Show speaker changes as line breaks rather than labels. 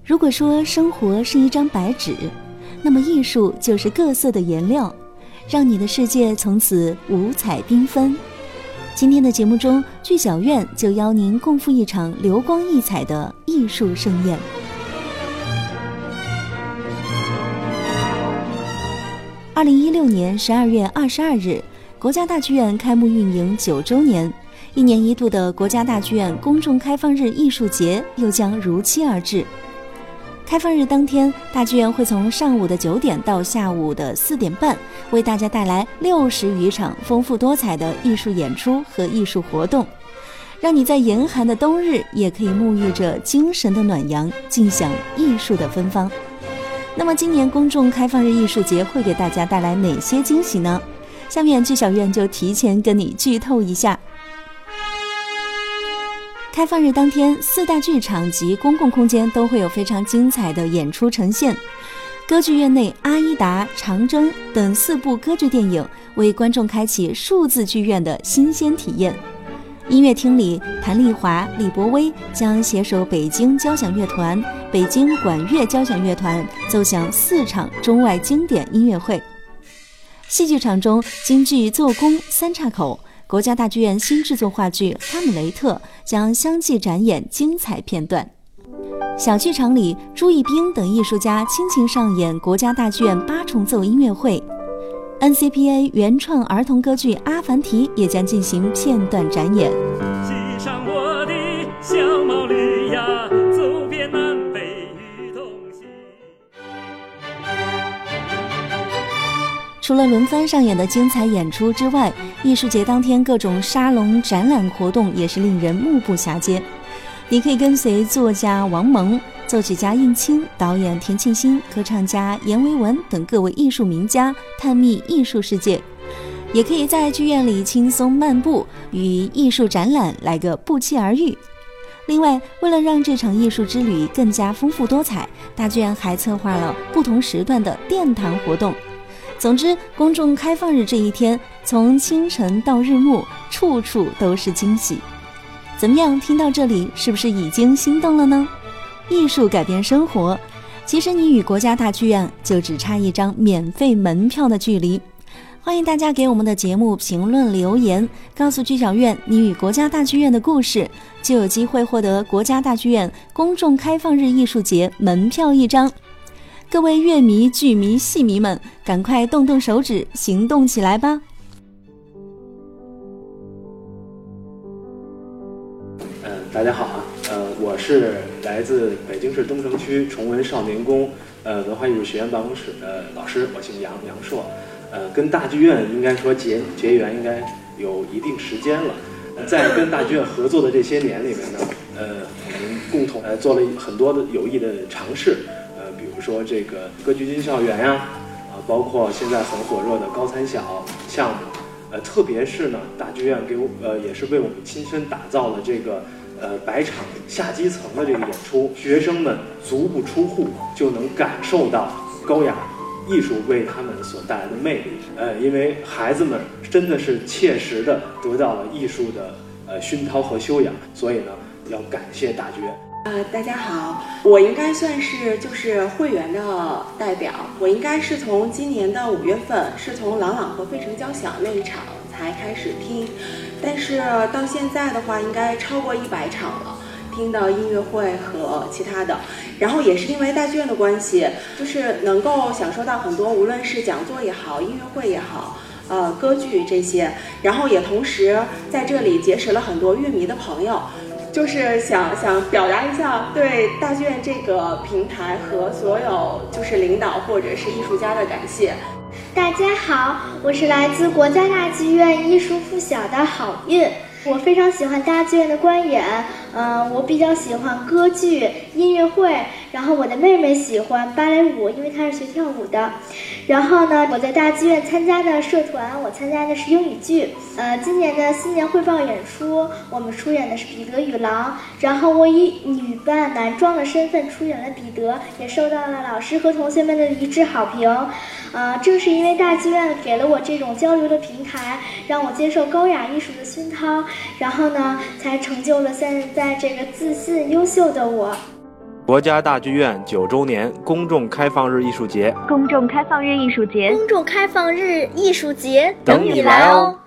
如果说生活是一张白纸，那么艺术就是各色的颜料，让你的世界从此五彩缤纷。今天的节目中，剧小院就邀您共赴一场流光溢彩的艺术盛宴。2016年12月22日，国家大剧院开幕运营9周年，一年一度的国家大剧院公众开放日艺术节又将如期而至。开放日当天，大剧院会从上午的9点到下午的4点半，为大家带来60余场丰富多彩的艺术演出和艺术活动，让你在严寒的冬日也可以沐浴着精神的暖阳，尽享艺术的芬芳。那么今年公众开放日艺术节会给大家带来哪些惊喜呢？下面剧小院就提前跟你剧透一下。开放日当天，4大剧场及公共空间都会有非常精彩的演出呈现。歌剧院内《阿依达》《长征》等4部歌剧电影为观众开启数字剧院的新鲜体验。音乐厅里，谭丽华、李博威将携手北京交响乐团、北京管乐交响乐团奏响4场中外经典音乐会。戏剧场中，京剧做工三岔口，国家大剧院新制作话剧《哈姆雷特》将相继展演精彩片段。小剧场里，朱一冰等艺术家倾情上演国家大剧院8重奏音乐会。NCPA 原创儿童歌剧《阿凡提》也将进行片段展演。
骑上我的小毛驴呀，走遍南北与东西。
除了轮番上演的精彩演出之外，艺术节当天各种沙龙展览活动也是令人目不暇接。你可以跟随作家王蒙、作曲家应钦、导演田沁鑫、歌唱家阎维文等各位艺术名家探秘艺术世界，也可以在剧院里轻松漫步，与艺术展览来个不期而遇。另外，为了让这场艺术之旅更加丰富多彩，大剧院还策划了不同时段的殿堂活动。总之，公众开放日这一天，从清晨到日暮，处处都是惊喜。怎么样，听到这里是不是已经心动了呢？艺术改变生活，其实你与国家大剧院就只差一张免费门票的距离。欢迎大家给我们的节目评论留言，告诉剧小院你与国家大剧院的故事，就有机会获得国家大剧院公众开放日艺术节门票1张。各位乐迷、剧迷、戏迷们，赶快动动手指，行动起来吧！
大家好啊，我是来自北京市东城区崇文少年宫文化艺术学院办公室的老师，我姓杨硕。跟大剧院应该说结缘应该有一定时间了。在跟大剧院合作的这些年里面呢，我们共同做了很多的有益的尝试，比如说这个歌剧军校园呀，包括现在很火热的高参小项目，特别是呢，大剧院也是为我们亲身打造了这个百场下基层的这个演出，学生们足不出户就能感受到高雅艺术为他们所带来的魅力。因为孩子们真的是切实的得到了艺术的熏陶和修养，所以呢，要感谢大剧院。
大家好，我应该算是就是会员的代表。我应该是从今年的5月份，是从朗朗和费城交响那一场才开始听，但是到现在的话，应该超过100场了。听的音乐会和其他的，然后也是因为大剧院的关系，就是能够享受到很多，无论是讲座也好，音乐会也好，歌剧这些，然后也同时在这里结识了很多乐迷的朋友，就是想表达一下对大剧院这个平台和所有就是领导或者是艺术家的感谢。
大家好，我是来自国家大剧院艺术附小的郝韵。我非常喜欢大剧院的观演，我比较喜欢歌剧、音乐会，然后我的妹妹喜欢芭蕾舞，因为她是学跳舞的。然后呢，我在大剧院参加的社团，我参加的是英语剧。今年的新年汇报演出，我们出演的是《彼得与狼》，然后我以女扮男装的身份出演了彼得，也受到了老师和同学们的一致好评。正是因为大剧院给了我这种交流的平台，让我接受高雅艺术的熏陶，然后呢，才成就了现在这个自信优秀的我。
国家大剧院9周年公众开放日艺术节，
公众开放日艺术节，
公众开放日艺术节，
等你来哦。